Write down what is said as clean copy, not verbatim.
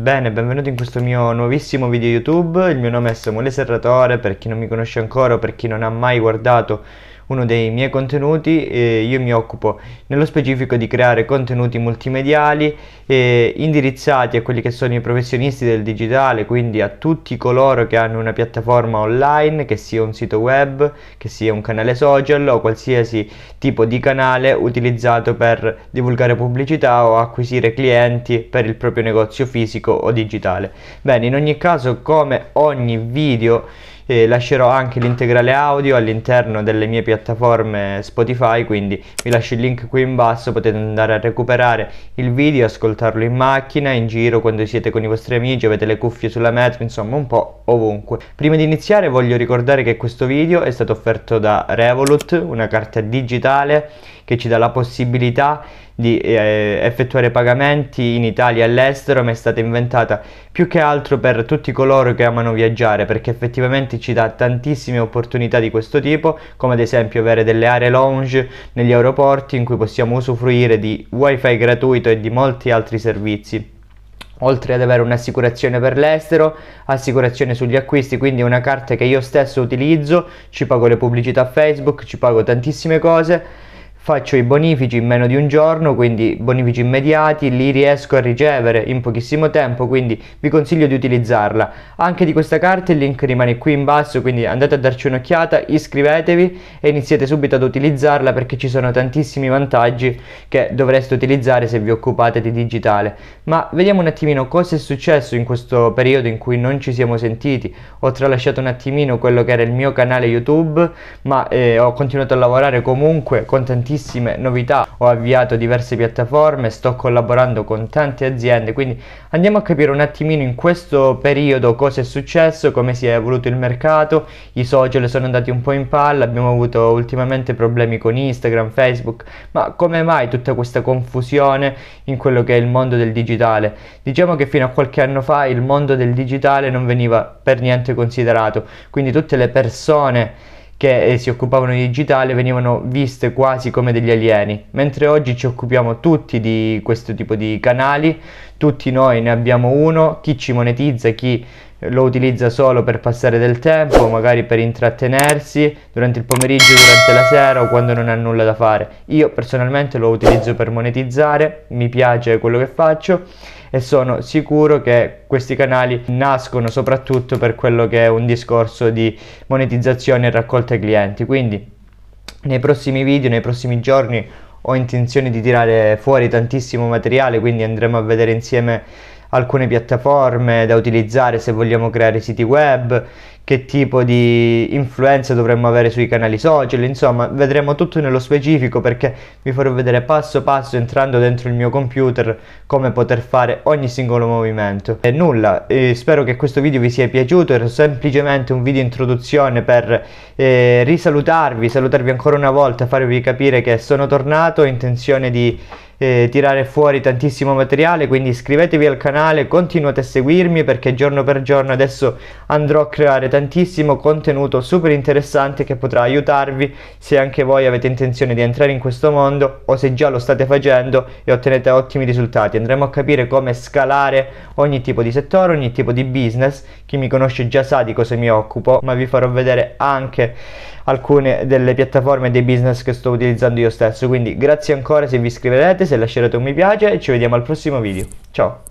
Bene, benvenuti in questo mio nuovissimo video YouTube. Il mio nome è Samuele Serratore, per chi non mi conosce ancora o per chi non ha mai guardato uno dei miei contenuti. Io mi occupo nello specifico di creare contenuti multimediali indirizzati a quelli che sono i professionisti del digitale, quindi a tutti coloro che hanno una piattaforma online, che sia un sito web, che sia un canale social o qualsiasi tipo di canale utilizzato per divulgare pubblicità o acquisire clienti per il proprio negozio fisico o digitale. Bene, in ogni caso, come ogni video, lascerò anche l'integrale audio all'interno delle mie piattaforme Spotify, quindi vi lascio il link qui in basso, potete andare a recuperare il video, ascoltarlo in macchina, in giro, quando siete con i vostri amici, avete le cuffie sulla metro, insomma un po' ovunque. Prima di iniziare voglio ricordare che questo video è stato offerto da Revolut, una carta digitale che ci dà la possibilità di effettuare pagamenti in Italia e all'estero, ma è stata inventata più che altro per tutti coloro che amano viaggiare, perché effettivamente ci dà tantissime opportunità di questo tipo, come ad esempio avere delle aree lounge negli aeroporti in cui possiamo usufruire di wifi gratuito e di molti altri servizi. Oltre ad avere un'assicurazione per l'estero, assicurazione sugli acquisti, quindi una carta che io stesso utilizzo, ci pago le pubblicità Facebook, ci pago tantissime cose. Faccio i bonifici in meno di un giorno, quindi bonifici immediati, li riesco a ricevere in pochissimo tempo, quindi vi consiglio di utilizzarla. Anche di questa carta il link rimane qui in basso, quindi andate a darci un'occhiata, iscrivetevi e iniziate subito ad utilizzarla, perché ci sono tantissimi vantaggi che dovreste utilizzare se vi occupate di digitale. Ma vediamo un attimino cosa è successo in questo periodo in cui non ci siamo sentiti. Ho tralasciato un attimino quello che era il mio canale YouTube, ma ho continuato a lavorare comunque con tantissime novità, ho avviato diverse piattaforme, sto collaborando con tante aziende, quindi andiamo a capire un attimino in questo periodo cosa è successo, come si è evoluto il mercato. I social sono andati un po' in palla, abbiamo avuto ultimamente problemi con Instagram, Facebook, ma come mai tutta questa confusione in quello che è il mondo del digitale? Diciamo che fino a qualche anno fa il mondo del digitale non veniva per niente considerato, quindi tutte le persone che si occupavano di digitale venivano viste quasi come degli alieni, mentre oggi ci occupiamo tutti di questo tipo di canali, tutti noi ne abbiamo uno, chi ci monetizza, chi lo utilizza solo per passare del tempo, magari per intrattenersi durante il pomeriggio, durante la sera o quando non ha nulla da fare. Io personalmente lo utilizzo per monetizzare, mi piace quello che faccio e sono sicuro che questi canali nascono soprattutto per quello che è un discorso di monetizzazione e raccolta clienti. Quindi nei prossimi video, nei prossimi giorni ho intenzione di tirare fuori tantissimo materiale, quindi andremo a vedere insieme alcune piattaforme da utilizzare se vogliamo creare siti web, che tipo di influenza dovremmo avere sui canali social, insomma vedremo tutto nello specifico, perché vi farò vedere passo passo, entrando dentro il mio computer, come poter fare ogni singolo movimento. E nulla, spero che questo video vi sia piaciuto. Era semplicemente un video introduzione per salutarvi ancora una volta, farvi capire che sono tornato, ho intenzione di tirare fuori tantissimo materiale, quindi iscrivetevi al canale, continuate a seguirmi, perché giorno per giorno adesso andrò a creare tantissimo contenuto super interessante che potrà aiutarvi se anche voi avete intenzione di entrare in questo mondo o se già lo state facendo e ottenete ottimi risultati. Andremo a capire come scalare ogni tipo di settore, ogni tipo di business. Chi mi conosce già sa di cosa mi occupo, ma vi farò vedere anche alcune delle piattaforme e dei business che sto utilizzando io stesso. Quindi grazie ancora se vi iscriverete, se lascerete un mi piace, e ci vediamo al prossimo video. Ciao!